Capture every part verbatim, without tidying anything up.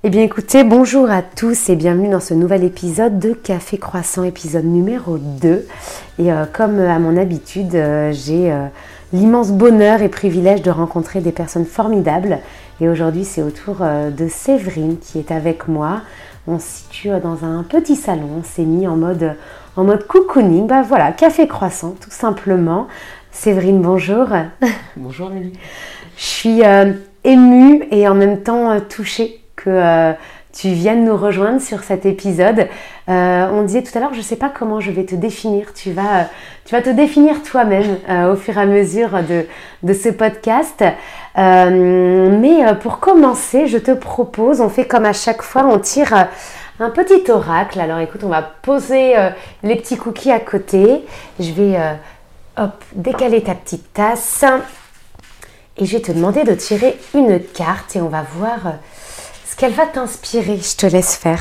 Eh bien écoutez, bonjour à tous et bienvenue dans ce nouvel épisode de Café Croissant, épisode numéro deux. Et euh, comme à mon habitude, euh, j'ai euh, l'immense bonheur et privilège de rencontrer des personnes formidables. Et aujourd'hui, c'est au tour euh, de Séverine qui est avec moi. On se situe dans un petit salon, on s'est mis en mode, en mode cocooning. Bah voilà, Café Croissant, tout simplement. Séverine, bonjour. Bonjour Amélie. Je suis euh, émue et en même temps euh, touchée que euh, tu viennes nous rejoindre sur cet épisode. Euh, on disait tout à l'heure, je ne sais pas comment je vais te définir. Tu vas, euh, tu vas te définir toi-même euh, au fur et à mesure de, de ce podcast. Euh, mais euh, pour commencer, je te propose, on fait comme à chaque fois, on tire euh, un petit oracle. Alors écoute, on va poser euh, les petits cookies à côté. Je vais euh, hop, décaler ta petite tasse. Et je vais te demander de tirer une carte et on va voir... Euh, ce qu'elle va t'inspirer. Je te laisse faire.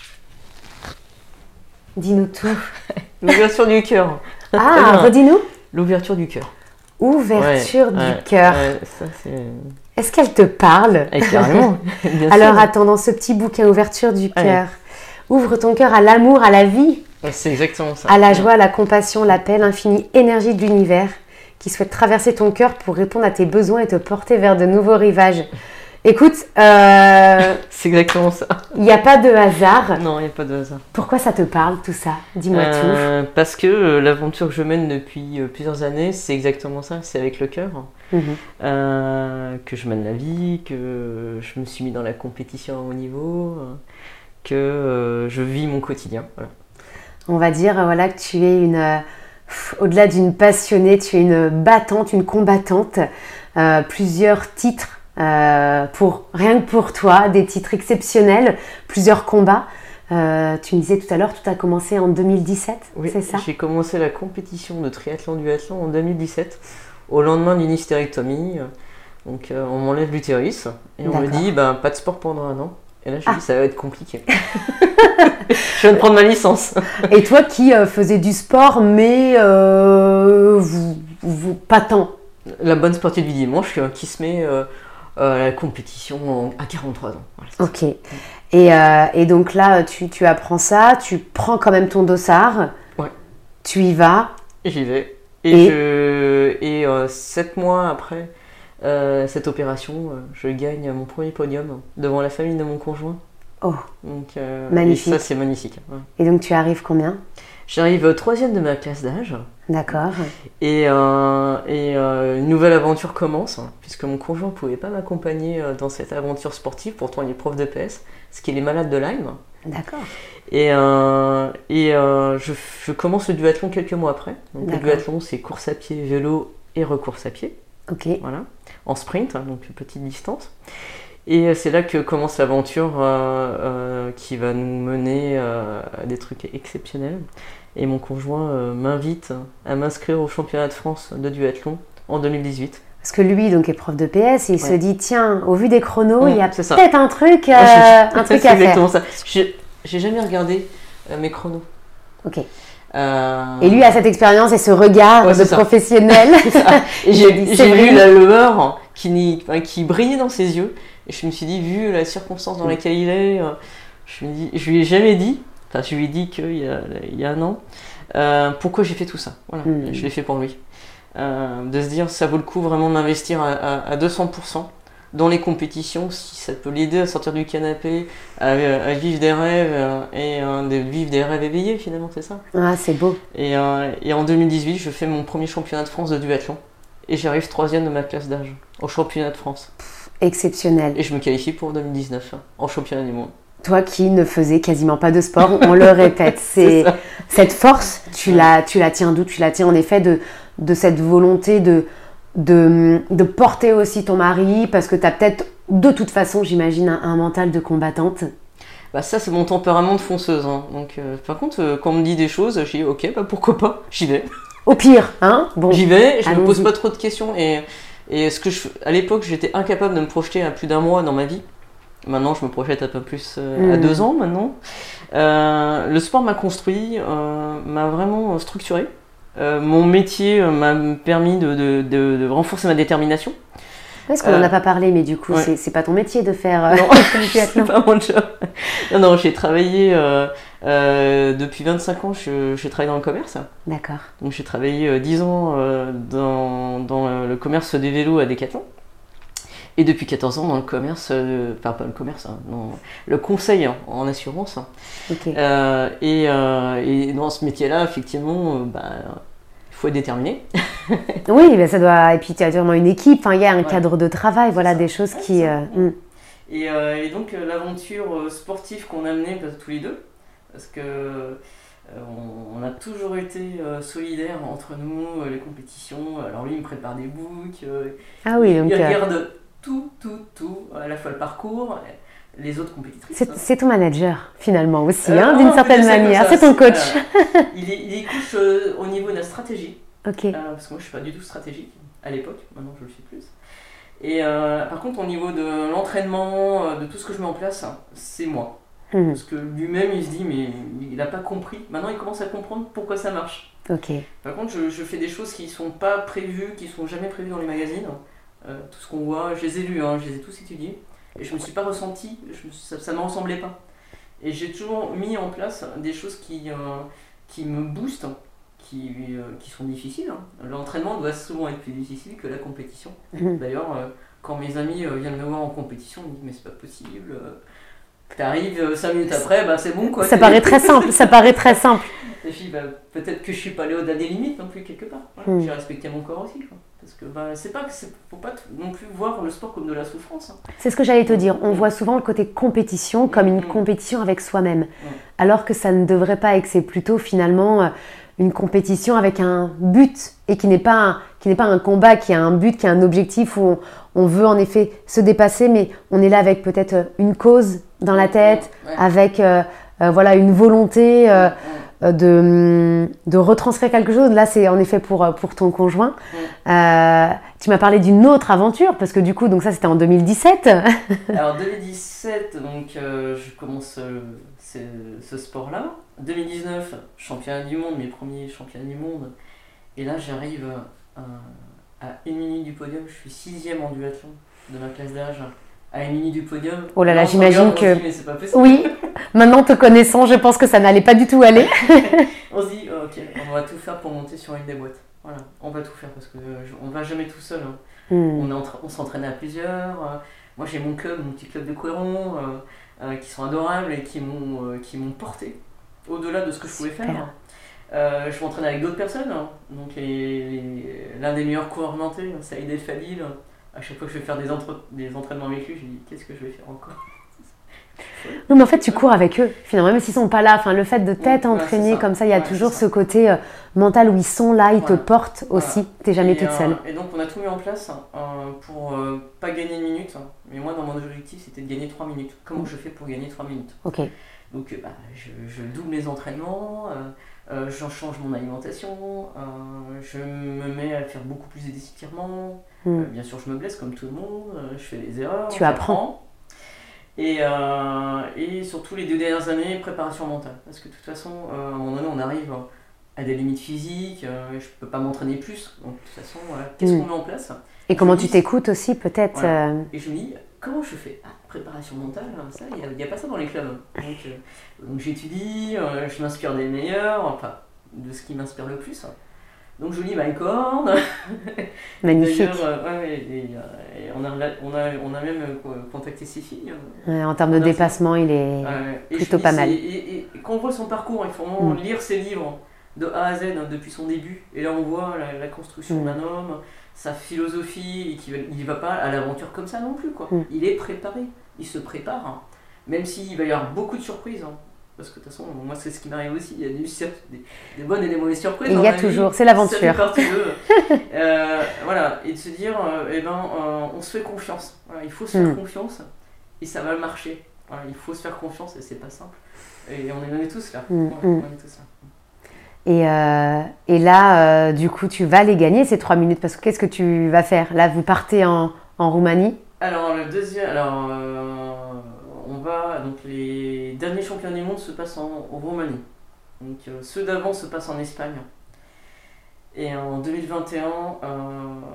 Dis-nous tout. L'ouverture du cœur. Ah, redis-nous. L'ouverture du cœur. Ouverture ouais, du ouais, cœur. Ouais, ça, c'est... Est-ce qu'elle te parle? Et carrément. Bien Alors sûr. attends, dans ce petit bouquin Ouverture du cœur, Ouais. ouvre ton cœur à l'amour, à la vie, C'est exactement ça. à la joie, à la compassion, la paix, l'infinie énergie de l'univers qui souhaite traverser ton cœur pour répondre à tes besoins et te porter vers de nouveaux rivages. Écoute, euh, C'est exactement ça. il n'y a pas de hasard. Non, il n'y a pas de hasard. Pourquoi ça te parle tout ça? Dis-moi Euh, parce que euh, l'aventure que je mène depuis euh, plusieurs années, c'est exactement ça. C'est avec le cœur. tout. Mhm. Euh, que je mène la vie, que je me suis mis dans la compétition à haut niveau, euh, que euh, je vis mon quotidien. Voilà. On va dire euh, voilà, que tu es une, euh, pff, au-delà d'une passionnée, tu es une battante, une combattante. Euh, plusieurs titres, euh, pour, rien que pour toi, des titres exceptionnels, plusieurs combats. Euh, tu me disais tout à l'heure, tout a commencé en deux mille dix-sept, Oui, c'est ça? j'ai commencé la compétition de triathlon duathlon en deux mille dix-sept, au lendemain d'une hystérectomie. Donc euh, on m'enlève l'utérus et on me D'accord. dit ben, pas de sport pendant un an. Et là je Ah. dis ça va être compliqué. Je viens de prendre ma licence. Et toi qui euh, faisais du sport, mais euh, vous, vous, pas tant. La bonne sportive du dimanche euh, qui se met euh, euh, à la compétition en- à quarante-trois ans. Voilà, c'est ça. Ok. Et, euh, et donc là, tu, tu apprends ça, tu prends quand même ton dossard, Ouais. tu y vas. Et j'y vais. Et, Et- je, et euh, sept mois après euh, cette opération, euh, je gagne mon premier podium devant la famille de mon conjoint. Oh, Donc, euh, Magnifique. Et ça, c'est magnifique. Ouais. et donc tu arrives combien? J'arrive au troisième de ma classe d'âge D'accord. et, euh, et euh, une nouvelle aventure commence, hein, puisque mon conjoint ne pouvait pas m'accompagner euh, dans cette aventure sportive, pourtant il est prof de P S, parce qu'il est malade de Lyme. D'accord. Et, euh, et euh, je, je commence le duathlon quelques mois après. Donc, le D'accord. duathlon, c'est course à pied, vélo et recourse à pied, Ok. voilà, en sprint, hein, donc petite distance. Et c'est là que commence l'aventure euh, euh, qui va nous mener euh, à des trucs exceptionnels. Et mon conjoint euh, m'invite à m'inscrire au championnat de France de duathlon en deux mille dix-huit. Parce que lui, donc, est prof de P S et il Ouais. se dit, tiens, au vu des chronos, Mmh, il y a c'est ça. peut-être un truc, euh, Ouais, j'ai- un truc c'est à faire. exactement ça. J'ai j'ai jamais regardé euh, mes chronos. Ok. Euh, Et lui a cette expérience et ce regard Ouais, de c'est ça. professionnel. Et Il j'ai a dit, j'ai Séverine. vu la lueur qui, n'y- enfin, qui brillait dans ses yeux. Et je me suis dit, vu la circonstance dans laquelle il est, euh, je, me dis, je lui ai jamais dit, enfin je lui ai dit qu'il y a, il y a un an, euh, pourquoi j'ai fait tout ça. Voilà, Mm. je l'ai fait pour lui. Euh, de se dire, ça vaut le coup vraiment de m'investir à, à, à deux cents pour cent dans les compétitions, si ça peut l'aider à sortir du canapé, à, à vivre des rêves, euh, et euh, de vivre des rêves éveillés finalement, c'est ça. Ah, c'est beau. Et, euh, et en deux mille dix-huit, je fais mon premier championnat de France de duathlon. Et j'arrive troisième de ma classe d'âge au championnat de France. Exceptionnel. Et je me qualifie pour deux mille dix-neuf hein, en championnat du monde. Toi qui ne faisais quasiment pas de sport, on le répète, c'est C'est ça. cette force, tu Ouais. la, tu la tiens d'où? Tu la tiens en effet de, de cette volonté de, de, de porter aussi ton mari, parce que tu as peut-être, de toute façon, j'imagine, un, un mental de combattante. Bah ça c'est mon tempérament de fonceuse. Hein. Donc, euh, par contre, euh, quand on me dit des choses, je dis ok, bah pourquoi pas, j'y vais. Au pire, hein? Bon, J'y vais, je me allons-y. pose pas trop de questions. Et, et ce que je, à l'époque, j'étais incapable de me projeter à plus d'un mois dans ma vie. Maintenant, je me projette un peu plus euh, à Mm. deux ans maintenant. Euh, le sport m'a construit, euh, m'a vraiment structuré. Euh, mon métier euh, m'a permis de, de, de, de renforcer ma détermination. Est-ce qu'on n'en a pas parlé, mais du coup, ouais. c'est, c'est pas ton métier de faire euh, non, c'est pas mon job. Non, non, j'ai travaillé euh, euh, depuis vingt-cinq ans, je, je travaille dans le commerce. D'accord. Donc j'ai travaillé euh, dix ans euh, dans, dans le commerce des vélos à Decathlon. Et depuis quatorze ans dans le commerce, euh, enfin pas le commerce, hein, non, le conseil hein, en assurance. Okay. Euh, et, euh, et dans ce métier-là, effectivement, euh, bah, il faut être déterminé. Oui, ben ça doit. Et puis tu as vraiment une équipe. Enfin, il y a un ouais. cadre de travail. C'est voilà ça. Des choses ouais, qui. Euh, mm. et, euh, et donc euh, l'aventure sportive qu'on a menée tous les deux, parce que euh, on, on a toujours été euh, solidaires entre nous, euh, les compétitions. Alors lui, il me prépare des books. Euh, ah oui, donc. Il regarde euh... tout, tout, tout, à la fois le parcours, les autres compétitrices. C'est, c'est ton manager, finalement, aussi, euh, hein, non, d'une certaine manière. C'est ton coach. Euh, il, est, il est couche euh, au niveau de la stratégie. Ok. Euh, parce que moi, je ne suis pas du tout stratégique, à l'époque. Maintenant, je le suis plus. Et euh, par contre, au niveau de l'entraînement, de tout ce que je mets en place, c'est moi. Mmh. Parce que lui-même, il se dit, mais il n'a pas compris. Maintenant, il commence à comprendre pourquoi ça marche. Ok. Par contre, je, je fais des choses qui ne sont pas prévues, qui ne sont jamais prévues dans les magazines. Euh, tout ce qu'on voit, je les ai lus, hein, je les ai tous étudiés, et je ne me suis pas ressenti, je me, ça ne me ressemblait pas. Et j'ai toujours mis en place des choses qui, euh, qui me boostent, qui, euh, qui sont difficiles. Hein. L'entraînement doit souvent être plus difficile que la compétition. Mmh. D'ailleurs, euh, quand mes amis euh, viennent me voir en compétition, ils me disent mais c'est pas possible. Euh, T'arrives cinq minutes après, bah c'est bon quoi. Ça paraît très simple, ça paraît très simple. Et puis bah, peut-être que je suis pas allé au-delà des limites non plus quelque part. Voilà. Mmh. J'ai respecté mon corps aussi quoi. Parce que bah, c'est pas que c'est, faut pas non plus voir le sport comme de la souffrance. Hein. C'est ce que j'allais te dire. On mmh. voit souvent le côté compétition comme une mmh. compétition avec soi-même, mmh. alors que ça ne devrait pas et que c'est plutôt finalement une compétition avec un but et qui n'est pas un, qui n'est pas un combat, qui a un but, qui a un objectif où on, on veut en effet se dépasser, mais on est là avec peut-être une cause dans la tête, ouais. avec euh, euh, voilà une volonté euh, ouais. de, de retranscrire quelque chose. Là, c'est en effet pour, pour ton conjoint. Ouais. Euh, tu m'as parlé d'une autre aventure, parce que du coup, donc ça c'était en deux mille dix-sept. Alors deux mille dix-sept, donc euh, je commence euh, ce, ce sport-là. deux mille dix-neuf, championnat du monde, mes premiers championnats du monde. Et là, j'arrive à, à une minute du podium. Je suis sixième en duathlon de ma classe d'âge. À une minute du podium. Oh là là, j'imagine que. On se dit, mais c'est pas possible. Oui, maintenant te connaissant, je pense que ça n'allait pas du tout aller. On se dit, oh, ok, on va tout faire pour monter sur une des boîtes. Voilà, on va tout faire parce qu'on ne va jamais tout seul. Hein. Mm. On, est entre... on s'entraîne à plusieurs. Moi, j'ai mon club, mon petit club de Couéron, euh, euh, qui sont adorables et qui m'ont, euh, qui m'ont porté au-delà de ce que je pouvais Super. faire. Euh, je m'entraîne avec d'autres personnes. Hein. Donc, les... Les... l'un des meilleurs coureurs nantais, Saïd El Fadil. À chaque fois que je vais faire des, entre... des entraînements avec lui, je me dis qu'est-ce que je vais faire encore. Non, mais en fait, tu cours avec eux, finalement, même s'ils sont pas là. Enfin, le fait de t'être ouais, entraîné comme ça, il y a ouais, toujours ce côté euh, mental où ils sont là, ils voilà. te portent aussi. Voilà. T'es jamais et, toute seule. Euh, et donc, on a tout mis en place hein, euh, pour euh, pas gagner une minute. Hein. Mais moi, dans mon objectif, c'était de gagner trois minutes. Comment mmh. je fais pour gagner trois minutes? Ok. Donc, bah, je, je double mes entraînements, euh, euh, j'en change mon alimentation, euh, je me mets à faire beaucoup plus d'étirements. Mmh. Euh, bien sûr, je me blesse comme tout le monde, euh, je fais des erreurs. Tu apprends. Et, euh, et surtout les deux dernières années, préparation mentale. Parce que de toute façon, euh, à un moment donné, on arrive à des limites physiques, euh, je ne peux pas m'entraîner plus. Donc de toute façon, voilà, qu'est-ce mmh. qu'on met en place? Et je comment tu dis, t'écoutes aussi, peut-être voilà. euh... Et je me dis, comment je fais? Ah, préparation mentale, ça, il n'y a, a pas ça dans les clubs. Donc, euh, donc j'étudie, euh, je m'inspire des meilleurs, enfin, de ce qui m'inspire le plus. Donc je lis Mycorn. Magnifique. Euh, ouais, et, et, et on, a, on, a, on a même contacté ses filles. Ouais, en termes de dépassement, il est ouais, plutôt pas mal. Et, et, et quand on voit son parcours, il faut vraiment mm. lire ses livres de A à Z hein, depuis son début. Et là on voit la, la construction mm. d'un homme, sa philosophie, et qu'il ne va pas à l'aventure comme ça non plus. Quoi. Mm. Il est préparé, il se prépare. Hein. Même s'il va y avoir beaucoup de surprises. Hein. Parce que de toute façon, moi c'est ce qui m'arrive aussi, il y a des, des, des bonnes et des mauvaises surprises. Il y a toujours, vie. C'est l'aventure. Ça fait partie de, euh, voilà, et de se dire, euh, eh ben, euh, on se fait confiance. Voilà, il faut se faire mm. confiance et ça va marcher. Voilà, il faut se faire confiance et c'est pas simple. Et on est, on est tous là. Mm. Ouais, on est tous là. Et, euh, et là, euh, du coup, tu vas les gagner ces trois minutes parce que qu'est-ce que tu vas faire? Là, vous partez en, en Roumanie. Alors, le deuxième. Alors, euh, on va. Donc, les derniers championnats du monde se passent en, en Roumanie. Donc, euh, ceux d'avant se passent en Espagne. Et en deux mille vingt et un, euh,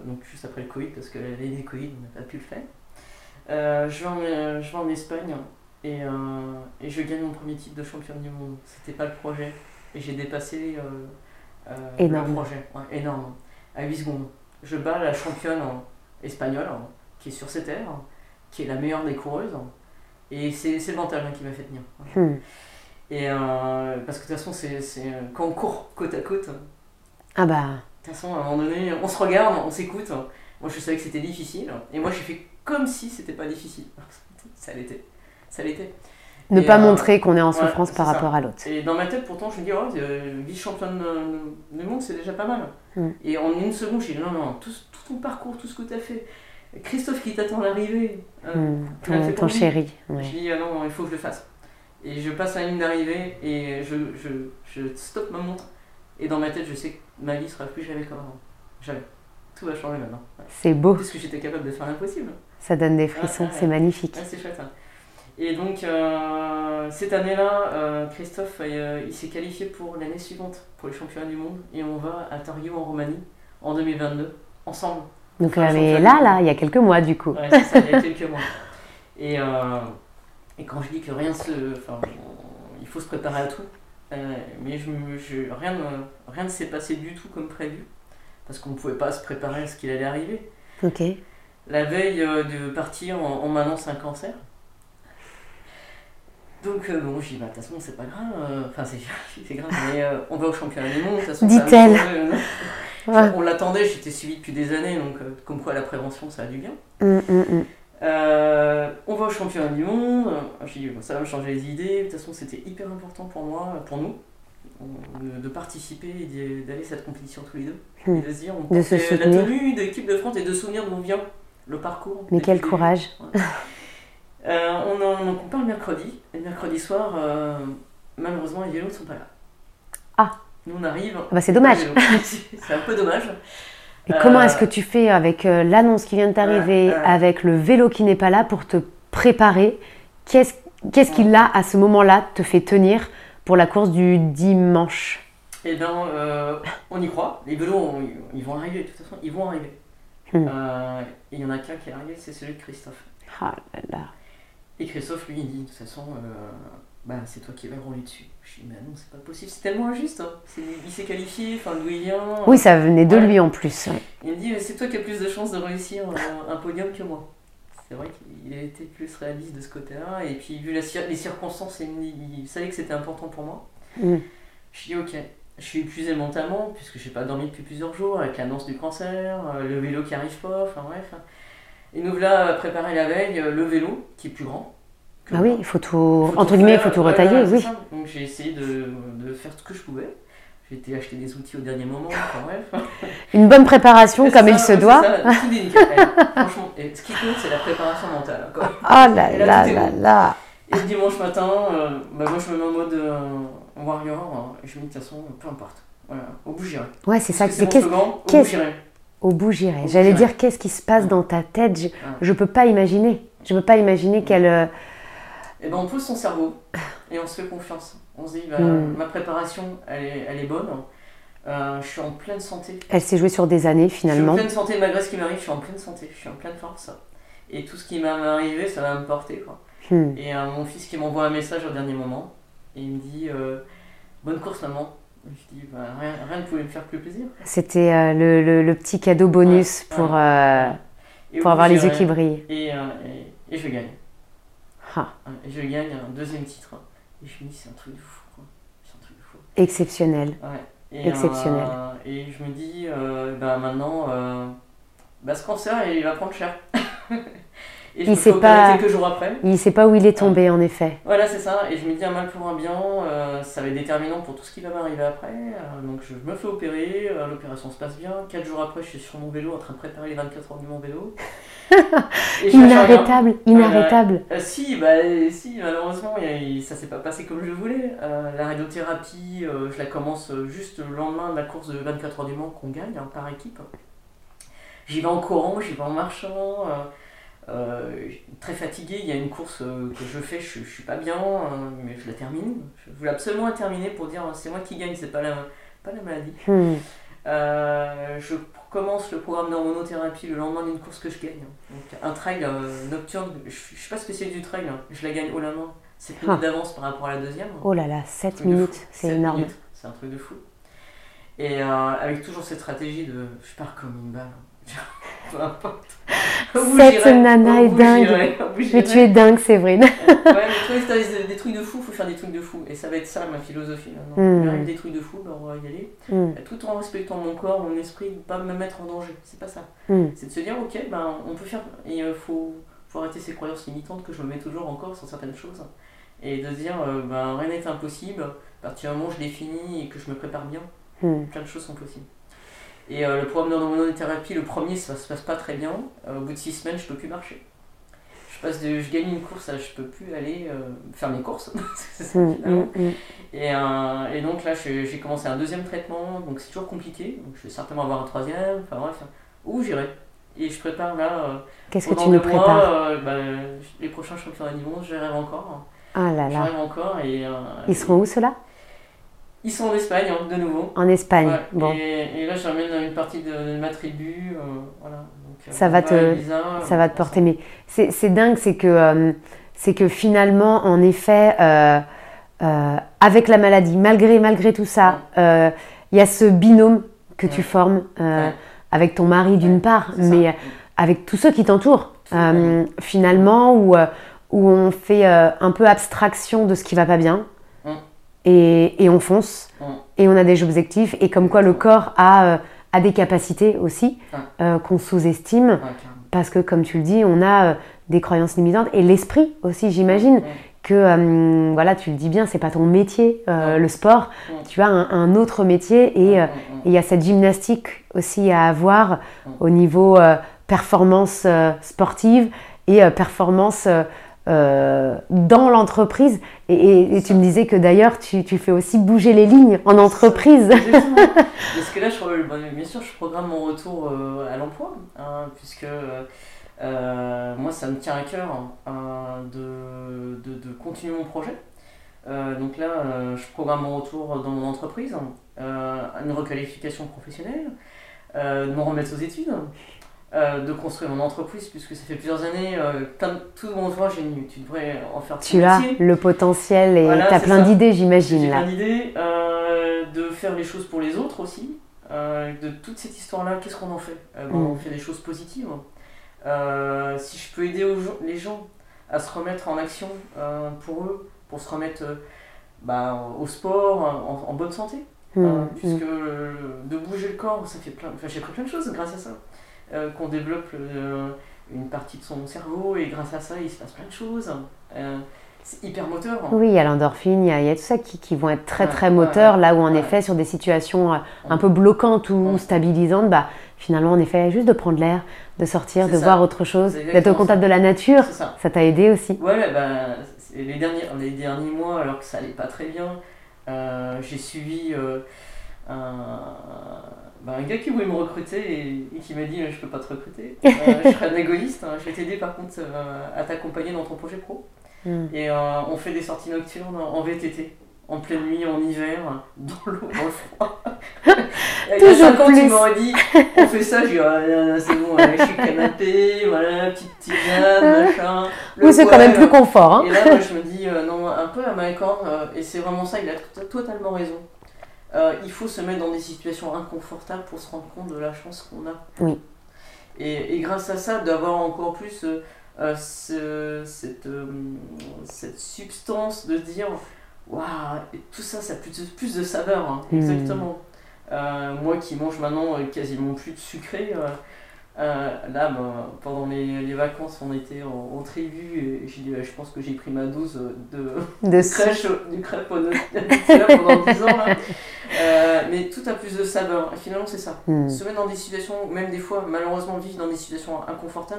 donc juste après le Covid, parce que l'année du Covid, on n'a pas pu le faire. Euh, je, vais en, euh, je vais en Espagne et, euh, et je gagne mon premier titre de championne du monde. C'était pas le projet et j'ai dépassé euh, euh, énorme. le projet. Ouais, énorme. À huit secondes. Je bats la championne espagnole hein, qui est sur ses terres, qui est la meilleure des coureuses. Et c'est, c'est le mental hein, qui m'a fait tenir. Hmm. Et euh, parce que de toute façon, c'est, c'est, quand on court côte à côte, ah bah. de toute façon, à un moment donné, on se regarde, on s'écoute. Moi, je savais que c'était difficile. Et moi, j'ai fait comme si c'était pas difficile. Ça l'était. Ça l'était. Ne et pas euh, montrer qu'on est en souffrance ouais, par ça. rapport à l'autre. Et dans ma tête, pourtant, je me dis, oh, euh, vice-championne du monde, c'est déjà pas mal. Mm. Et en une seconde, j'ai dit, non, non, tout, tout ton parcours, tout ce que tu as fait, Christophe qui t'attend à l'arrivée, euh, mm. ton, ton chéri. Ouais. J'ai dit, ah non, il faut que je le fasse. Et je passe la ligne d'arrivée et je, je, je stoppe ma montre. Et dans ma tête, je sais que ma vie sera plus jamais comme avant. Jamais. Tout va changer maintenant. Ouais. C'est beau. Parce que j'étais capable de faire l'impossible. Ça donne des frissons, ouais, ouais, c'est magnifique. Ouais, c'est chouette. Hein. Et donc, euh, cette année-là, euh, Christophe, euh, il s'est qualifié pour l'année suivante, pour les championnats du monde. Et on va à Tario, en Roumanie, en deux mille vingt-deux, ensemble. Donc, euh, mais là, là, il y a quelques mois, du coup. Ouais, c'est ça, il y a quelques mois. Et, euh, et quand je dis que rien se... Enfin, il faut se préparer à tout. Euh, mais je, je, rien, ne, rien ne s'est passé du tout comme prévu. Parce qu'on ne pouvait pas se préparer à ce qu'il allait arriver. Ok. La veille euh, de partir, on, on m'annonce un cancer. Donc euh, bon, je dis, bah, de toute façon, c'est pas grave, enfin, euh, c'est, c'est grave, mais euh, on va au championnat du monde, de toute façon, dit-elle. Ça euh, ouais. On l'attendait, j'étais suivi depuis des années, donc euh, comme quoi la prévention, ça a du bien. Mm, mm, mm. Euh, on va au championnat du monde, je dis, bah, ça va me changer les idées, de toute façon, c'était hyper important pour moi, pour nous, de, de participer et d'aller à cette compétition tous les deux. Mm. Et de se dire, on de se la tenue de l'équipe de France et de souvenir d'où on vient, le parcours. Mais quel courage. Ouais. Euh, on, en, on parle mercredi, et le mercredi soir, euh, malheureusement, les vélos ne sont pas là. Ah. Nous, on arrive. Ah bah c'est dommage. C'est un peu dommage. Et euh, comment est-ce que tu fais avec euh, l'annonce qui vient de t'arriver, euh, euh, avec le vélo qui n'est pas là pour te préparer? Qu'est-ce, qu'est-ce qui, là, à ce moment-là, te fait tenir pour la course du dimanche? Eh bien, euh, on y croit. Les vélos, on, ils vont arriver, de toute façon, ils vont arriver. Hmm. Euh, et il y en a qu'un qui est arrivé, c'est celui de Christophe. Ah là là. Et Christophe, lui, il dit, de toute façon, euh, bah, c'est toi qui vas rouler dessus. Je dis, mais non, c'est pas possible, c'est tellement injuste. Hein. C'est, il s'est qualifié, enfin, d'où il vient. Oui, ça venait de ouais. lui en plus. Il me dit, mais c'est toi qui as plus de chances de réussir un, un podium que moi. C'est vrai qu'il a été plus réaliste de ce côté-là. Et puis, vu la, les circonstances, il, me dit, il savait que c'était important pour moi. Mm. Je dis, ok. Je suis épuisé mentalement, puisque je n'ai pas dormi depuis plusieurs jours, avec l'annonce du cancer, le vélo qui n'arrive pas, enfin bref. Et nous voilà préparer la veille le vélo, qui est plus grand. Ah oui, il faut tout, faut entre guillemets, il faut tout retailler, ouais, oui. Ça. Donc j'ai essayé de, de faire ce que je pouvais. J'ai été acheter des outils au dernier moment, enfin bref. Une bonne préparation, comme ça, il se doit. Ça, tout est nickel. Franchement, et ce qui compte, c'est la préparation mentale. Quoi. Oh là là là là là. Et le dimanche matin, euh, bah moi je me mets en mode euh, warrior, et je me dis de toute façon, peu importe. Voilà, au bout j'irai. Ouais, c'est ça. C'est mon slogan, au bout j'irai. Au bout j'irai. J'allais j'irai. dire, qu'est-ce qui se passe ouais. dans ta tête? Je, ouais. je peux pas imaginer. Je peux pas imaginer ouais. qu'elle... Euh... Et ben on pose son cerveau et on se fait confiance. On se dit, bah, mm. ma préparation, elle est, elle est bonne. Euh, je suis en pleine santé. Elle s'est jouée sur des années finalement. Je suis en pleine santé, malgré ce qui m'arrive, je suis en pleine santé, je suis en pleine force. Et tout ce qui m'est arrivé, ça va me porter. Quoi. Hmm. Et euh, mon fils qui m'envoie un message au dernier moment, et il me dit euh, bonne course maman. Je dis bah, rien, rien ne pouvait me faire plus plaisir. C'était euh, le, le, le petit cadeau bonus ouais, pour, euh, pour avoir les yeux qui brillent. Et, euh, et, et je gagne. Ah. Et je gagne un deuxième titre. Et je me dis c'est un truc de fou. Quoi. C'est un truc de fou. Exceptionnel. Ouais. Et, Exceptionnel. Euh, et je me dis euh, bah, maintenant, euh, bah, ce cancer il va prendre cher. Et je il me fais pas... quelques jours après. Il ne sait pas où il est tombé, ah. en effet. Voilà, c'est ça. Et je me dis un mal pour un bien, euh, ça va être déterminant pour tout ce qui va m'arriver après. Euh, donc je me fais opérer, euh, l'opération se passe bien. Quatre jours après, je suis sur mon vélo en train de préparer les vingt-quatre heures de mon vélo. Inarrêtable, inarrêtable. Euh, euh, si, bah, si, malheureusement, y a, ça s'est pas passé comme je voulais. Euh, la radiothérapie, euh, je la commence juste le lendemain de la course de vingt-quatre heures du Mans qu'on gagne hein, par équipe. J'y vais en courant, j'y vais en marchant. Euh, Euh, très fatigué, il y a une course euh, que je fais, je, je suis pas bien, euh, mais je la termine. Je voulais absolument la terminer pour dire c'est moi qui gagne, c'est pas la, pas la maladie. Hmm. Euh, je commence le programme d'hormonothérapie le lendemain d'une course que je gagne. Donc, un trail euh, nocturne, je ne suis pas spécialiste du trail, hein. Je la gagne haut la main. sept minutes ah. d'avance par rapport à la deuxième. Oh là là, sept minutes, c'est énorme. Minutes, c'est un truc de fou. Et euh, avec toujours cette stratégie de je pars comme une balle. Peu importe. Cette nana est dingue. Mais tu es dingue, Séverine. Ouais, mais toi, si t'as des trucs de fou, il faut faire des trucs de fou. Et ça va être ça ma philosophie maintenant. Mm. Il arrive des trucs de fou, ben on va y aller. Mm. Tout en respectant mon corps, mon esprit, ne pas me mettre en danger. C'est pas ça. Mm. C'est de se dire, ok, ben on peut faire. Et il euh, faut, faut arrêter ces croyances limitantes que je me mets toujours encore sur certaines choses. Et de se dire, euh, ben rien n'est impossible. À partir du moment où je l'ai fini et que je me prépare bien, mm. plein de choses sont possibles. Et euh, le programme d'hormonothérapie, le premier, ça se passe pas très bien. Euh, au bout de six semaines, je peux plus marcher. Je passe de, je gagne une course à je peux plus aller euh, faire mes courses. C'est ça, mmh, mmh. Et, euh, et donc là, je, j'ai commencé un deuxième traitement, donc c'est toujours compliqué. Donc je vais certainement avoir un troisième. Enfin bref, où j'irai. Et je prépare là. Euh, Qu'est-ce que tu nous prépares euh, bah, les prochains championnats du monde, je rêve encore. Ah là là. Je rêve encore. Et, euh, Ils et, seront où ceux-là? Ils sont en Espagne, hein, de nouveau. En Espagne, ouais. bon. Et, et là, j'emmène une partie de, de ma tribu, euh, voilà. Donc, ça, va te, Elisa, ça va te porter. Mais c'est, c'est dingue, c'est que, euh, c'est que finalement, en effet, euh, euh, avec la maladie, malgré, malgré tout ça, il ouais. euh, y a ce binôme que ouais. tu formes euh, ouais. avec ton mari d'une ouais. part, c'est mais ça. Avec tous ceux qui t'entourent. Euh, finalement, où, où on fait euh, un peu abstraction de ce qui va pas bien. Et, et on fonce, mmh. et on a des objectifs, et comme quoi le corps a, euh, a des capacités aussi, mmh. euh, qu'on sous-estime, mmh. parce que comme tu le dis, on a euh, des croyances limitantes, et l'esprit aussi, j'imagine, mmh. que, euh, voilà, tu le dis bien, c'est pas ton métier, euh, mmh. le sport, mmh. tu as un, un autre métier, et il mmh. y a cette gymnastique aussi à avoir mmh. au niveau euh, performance euh, sportive, et euh, performance euh, Euh, dans l'entreprise et, et, et tu me disais que d'ailleurs tu, tu fais aussi bouger les lignes en entreprise. Exactement. Parce que là je, bon, bien sûr je programme mon retour euh, à l'emploi hein, puisque euh, moi ça me tient à cœur hein, de, de, de continuer mon projet. Euh, donc là euh, je programme mon retour dans mon entreprise, euh, une requalification professionnelle, euh, de me remettre aux études. Euh, de construire mon entreprise puisque ça fait plusieurs années euh, comme tout mon entourage est nu, tu devrais en faire ton tu métier. As le potentiel et voilà, tu as plein ça. D'idées j'imagine j'ai là. plein d'idées euh, de faire les choses pour les autres aussi euh, de toute cette histoire là qu'est-ce qu'on en fait euh, bon, mm. on fait des choses positives euh, si je peux aider aux, les gens à se remettre en action euh, pour eux pour se remettre euh, bah, au sport en, en bonne santé mm. euh, puisque mm. de bouger le corps ça fait plein enfin, j'ai appris plein de choses grâce à ça. Euh, qu'on développe euh, une partie de son cerveau et grâce à ça il se passe plein de choses euh, c'est hyper moteur hein. Oui il y a l'endorphine, il y a, il y a tout ça qui, qui vont être très ouais, très moteurs ouais, là où en ouais. effet sur des situations euh, un peu bloquantes ou ouais. stabilisantes bah, finalement en effet juste de prendre l'air, de sortir, c'est de ça. Voir autre chose, d'être au contact ça. De la nature, ça. Ça t'a aidé aussi. Ouais bah, les, derniers, les derniers mois alors que ça allait pas très bien euh, j'ai suivi euh, un Bah, un gars qui voulait me recruter et, et qui m'a dit je peux pas te recruter, euh, je serais un égoïste, hein. Je vais t'aider par contre euh, à t'accompagner dans ton projet pro. Mm. Et euh, on fait des sorties nocturnes en V T T, en pleine nuit, en hiver, dans l'eau, dans le froid. Il y a cinq ans tu m'aurais dit on fait ça, je dis ah, c'est bon, je suis canapé, voilà, petite tisane, machin. Oui c'est quand même plus confort. Hein. Et là moi, je me dis euh, non un peu à ma corde, euh, et c'est vraiment ça, il a totalement raison. Euh, il faut se mettre dans des situations inconfortables pour se rendre compte de la chance qu'on a. Oui. Et, et grâce à ça, d'avoir encore plus euh, euh, ce, cette, euh, cette substance de dire waouh, tout ça, ça a plus de, plus de saveur. Hein. Mmh. Exactement. Euh, moi qui mange maintenant quasiment plus de sucré, euh, euh, là, bah, pendant les, les vacances, on était en, en tribu et j'ai dit, je pense que j'ai pris ma dose de, de, de crèche, du crêpe au Nutella pendant dix ans. Là. Euh, mais tout a plus de saveur. Et finalement, c'est ça. Mm. Se mettre dans des situations, même des fois, malheureusement, vivre dans des situations inconfortables,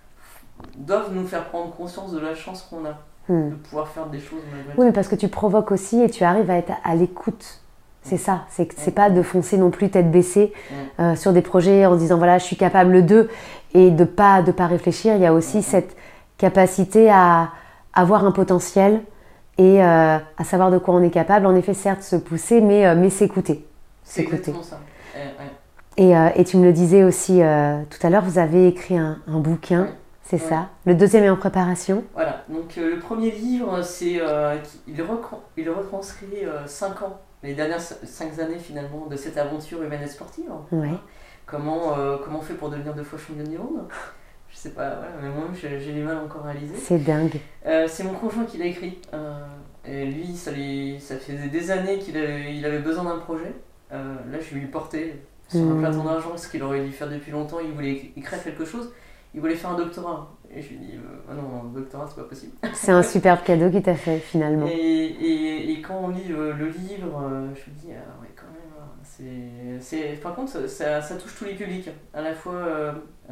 doivent nous faire prendre conscience de la chance qu'on a mm. de pouvoir faire des choses. Oui, mais parce que tu provoques aussi et tu arrives à être à l'écoute. C'est ça, c'est, c'est pas de foncer non plus tête baissée mmh. euh, sur des projets en disant voilà je suis capable de et de pas de pas réfléchir. Il y a aussi mmh. cette capacité à avoir un potentiel et euh, à savoir de quoi on est capable. En effet, certes se pousser, mais euh, mais s'écouter. C'est s'écouter. exactement ça. Euh, ouais. Et, euh, et tu me le disais aussi euh, tout à l'heure, vous avez écrit un, un bouquin, ouais. c'est ouais. ça. Le deuxième est en préparation. Voilà, donc euh, le premier livre, c'est euh, il, recran- il retranscrit euh, cinq ans, les dernières cinq années finalement de cette aventure humaine et sportive. Ouais. Hein. Comment, euh, comment on fait pour devenir deux fois championne du monde? Je sais pas, voilà, mais moi j'ai, j'ai du mal encore à réaliser. C'est dingue. Euh, c'est mon conjoint qui l'a écrit. Euh, et lui, ça, lui, ça faisait des années qu'il avait, il avait besoin d'un projet. Euh, là, je lui ai porté sur mmh. un plateau d'argent ce qu'il aurait dû faire depuis longtemps. Il voulait écrire quelque chose. Il voulait faire un doctorat. Et je lui ai dit, euh, ah non, un doctorat, c'est pas possible. C'est un superbe cadeau qu'il t'a fait finalement. Et, et, et quand on lit euh, le livre, euh, je me dis, ah ouais, quand même. C'est, c'est, par contre, ça, ça touche tous les publics, à la fois euh, euh,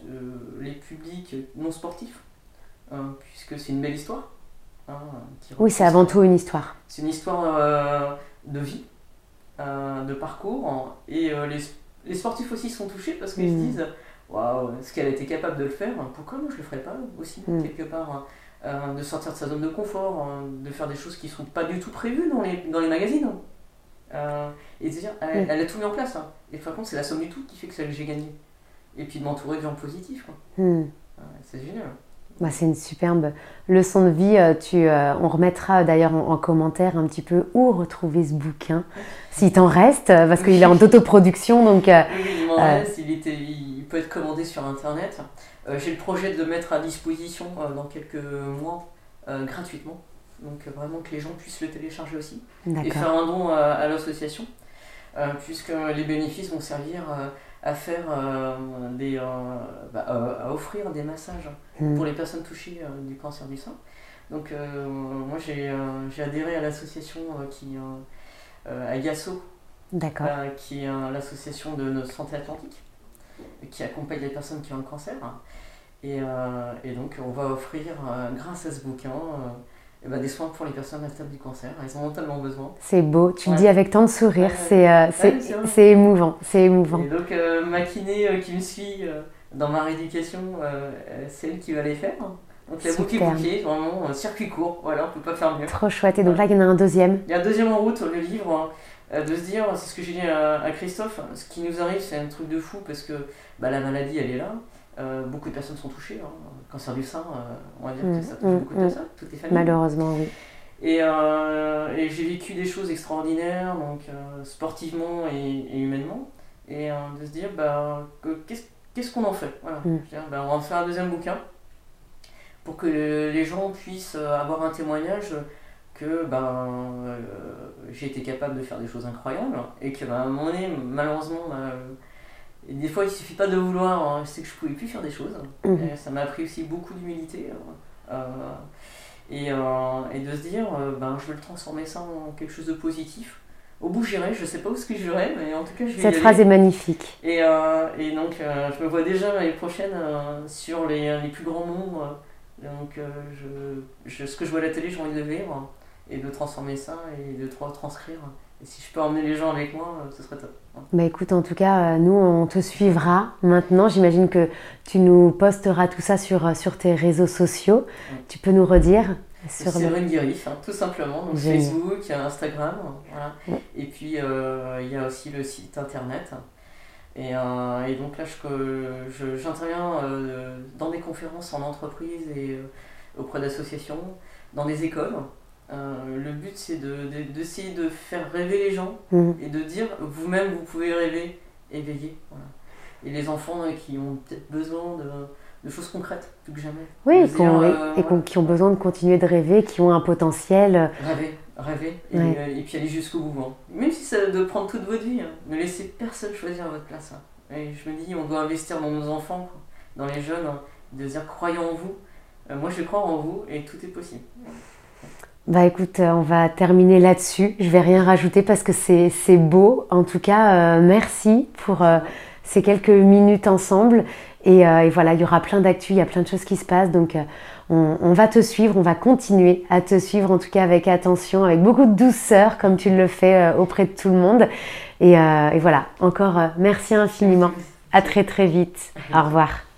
les publics non sportifs, hein, puisque c'est une belle histoire. Hein, qui oui, c'est avant tout une histoire. C'est une histoire euh, de vie, euh, de parcours, hein, et euh, les, les sportifs aussi sont touchés parce qu'ils mmh. se disent waouh, ce qu'elle a été capable de le faire, pourquoi moi je le ferais pas aussi, mmh. quelque part, hein, euh, de sortir de sa zone de confort, hein, de faire des choses qui sont pas du tout prévues dans les, dans les magazines. Hein. Euh, et de dire, elle, mmh. elle a tout mis en place. Hein. Et par contre, c'est la somme du tout qui fait que j'ai gagné. Et puis de m'entourer de gens positifs. Quoi. Mmh. Euh, c'est génial. Bah, c'est une superbe leçon de vie. Tu, euh, on remettra d'ailleurs en, en commentaire un petit peu où retrouver ce bouquin, s'il t'en reste, parce qu'il est en autoproduction. Donc, euh, oui, il m'en euh, reste. Il, était, il peut être commandé sur Internet. Euh, j'ai le projet de le mettre à disposition euh, dans quelques mois euh, gratuitement. Donc vraiment que les gens puissent le télécharger aussi. D'accord. Et faire un don à, à l'association, euh, puisque les bénéfices vont servir euh, à faire euh, des, euh, bah, euh, à offrir des massages mmh. pour les personnes touchées euh, du cancer du sein. Donc euh, moi j'ai, euh, j'ai adhéré à l'association euh, qui euh, à Yasso, D'accord. Euh, qui est euh, l'association de notre Santé Atlantique, qui accompagne les personnes qui ont le cancer. Et, euh, et donc on va offrir, euh, grâce à ce bouquin, euh, et ben des soins pour les personnes atteintes du cancer. Elles en ont tellement besoin. C'est beau, tu ouais. le dis avec tant de sourire, ouais, c'est, euh, ouais, c'est, c'est, c'est émouvant, c'est émouvant. Et donc euh, ma kiné euh, qui me suit euh, dans ma rééducation, euh, c'est elle qui va les faire. Donc la boucle est bouclée, vraiment euh, circuit court, voilà, on peut pas faire mieux. Trop chouette, et donc là il y en a un deuxième. Il y a un deuxième en route, le livre, euh, de se dire, c'est ce que j'ai dit à, à Christophe, ce qui nous arrive c'est un truc de fou parce que bah, la maladie elle est là. Euh, beaucoup de personnes sont touchées, hein. Cancer du sein, euh, on va dire mmh, que ça touche mmh, beaucoup de mmh. personnes, toutes les familles. Malheureusement, oui. Et, euh, et j'ai vécu des choses extraordinaires, donc euh, sportivement et, et humainement, et euh, de se dire, bah, que, qu'est-ce, qu'est-ce qu'on en fait, voilà. Mmh. Je veux dire, bah, on va faire un deuxième bouquin pour que les gens puissent avoir un témoignage que bah, euh, j'ai été capable de faire des choses incroyables, et que bah, à un moment donné, malheureusement, bah, et des fois, il ne suffit pas de vouloir, hein. Je sais que je ne pouvais plus faire des choses. Mmh. Et ça m'a appris aussi beaucoup d'humilité. Euh, et, euh, et de se dire, euh, ben, je vais le transformer ça en quelque chose de positif. Au bout, j'irai, je ne sais pas où ce que j'irai, mais en tout cas, je vais Cette y phrase aller. Est magnifique. Et, euh, et donc, euh, je me vois déjà l'année prochaine euh, sur les, les plus grands noms. Euh, donc, euh, je, je, ce que je vois à la télé, j'ai envie de le vivre et de transformer ça et de transcrire. Et si je peux emmener les gens avec moi, ce serait top. Bah écoute, en tout cas, nous, on te suivra maintenant. J'imagine que tu nous posteras tout ça sur, sur tes réseaux sociaux. Oui. Tu peux nous redire sur C'est le... Rune Guérif, hein, tout simplement. Donc Génial. Facebook, Instagram. Voilà. Oui. Et puis, euh, il y a aussi le site internet. Et, euh, et donc là, je, je, j'interviens euh, dans des conférences en entreprise et euh, auprès d'associations, dans des écoles. Euh, le but c'est de, de, d'essayer de faire rêver les gens mmh. et de dire vous-même vous pouvez rêver, éveiller. Voilà. Et les enfants euh, qui ont peut-être besoin de, de choses concrètes, plus que jamais. Oui, dire, euh, et voilà. qui ont besoin de continuer de rêver, qui ont un potentiel. Rêver, rêver et, ouais. euh, et puis aller jusqu'au bout. Hein. Même si ça doit prendre toute votre vie, hein. Ne laissez personne choisir à votre place. Hein. Et je me dis, on doit investir dans nos enfants, quoi, dans les jeunes, hein, de dire croyez en vous. Euh, moi je crois en vous et tout est possible. Bah écoute, on va terminer là-dessus. Je vais rien rajouter parce que c'est, c'est beau. En tout cas, euh, merci pour euh, ces quelques minutes ensemble. Et, euh, et voilà, il y aura plein d'actu, il y a plein de choses qui se passent. Donc euh, on, on va te suivre, on va continuer à te suivre, en tout cas avec attention, avec beaucoup de douceur, comme tu le fais euh, auprès de tout le monde. Et, euh, et voilà, encore euh, merci infiniment. À très très vite. Au revoir.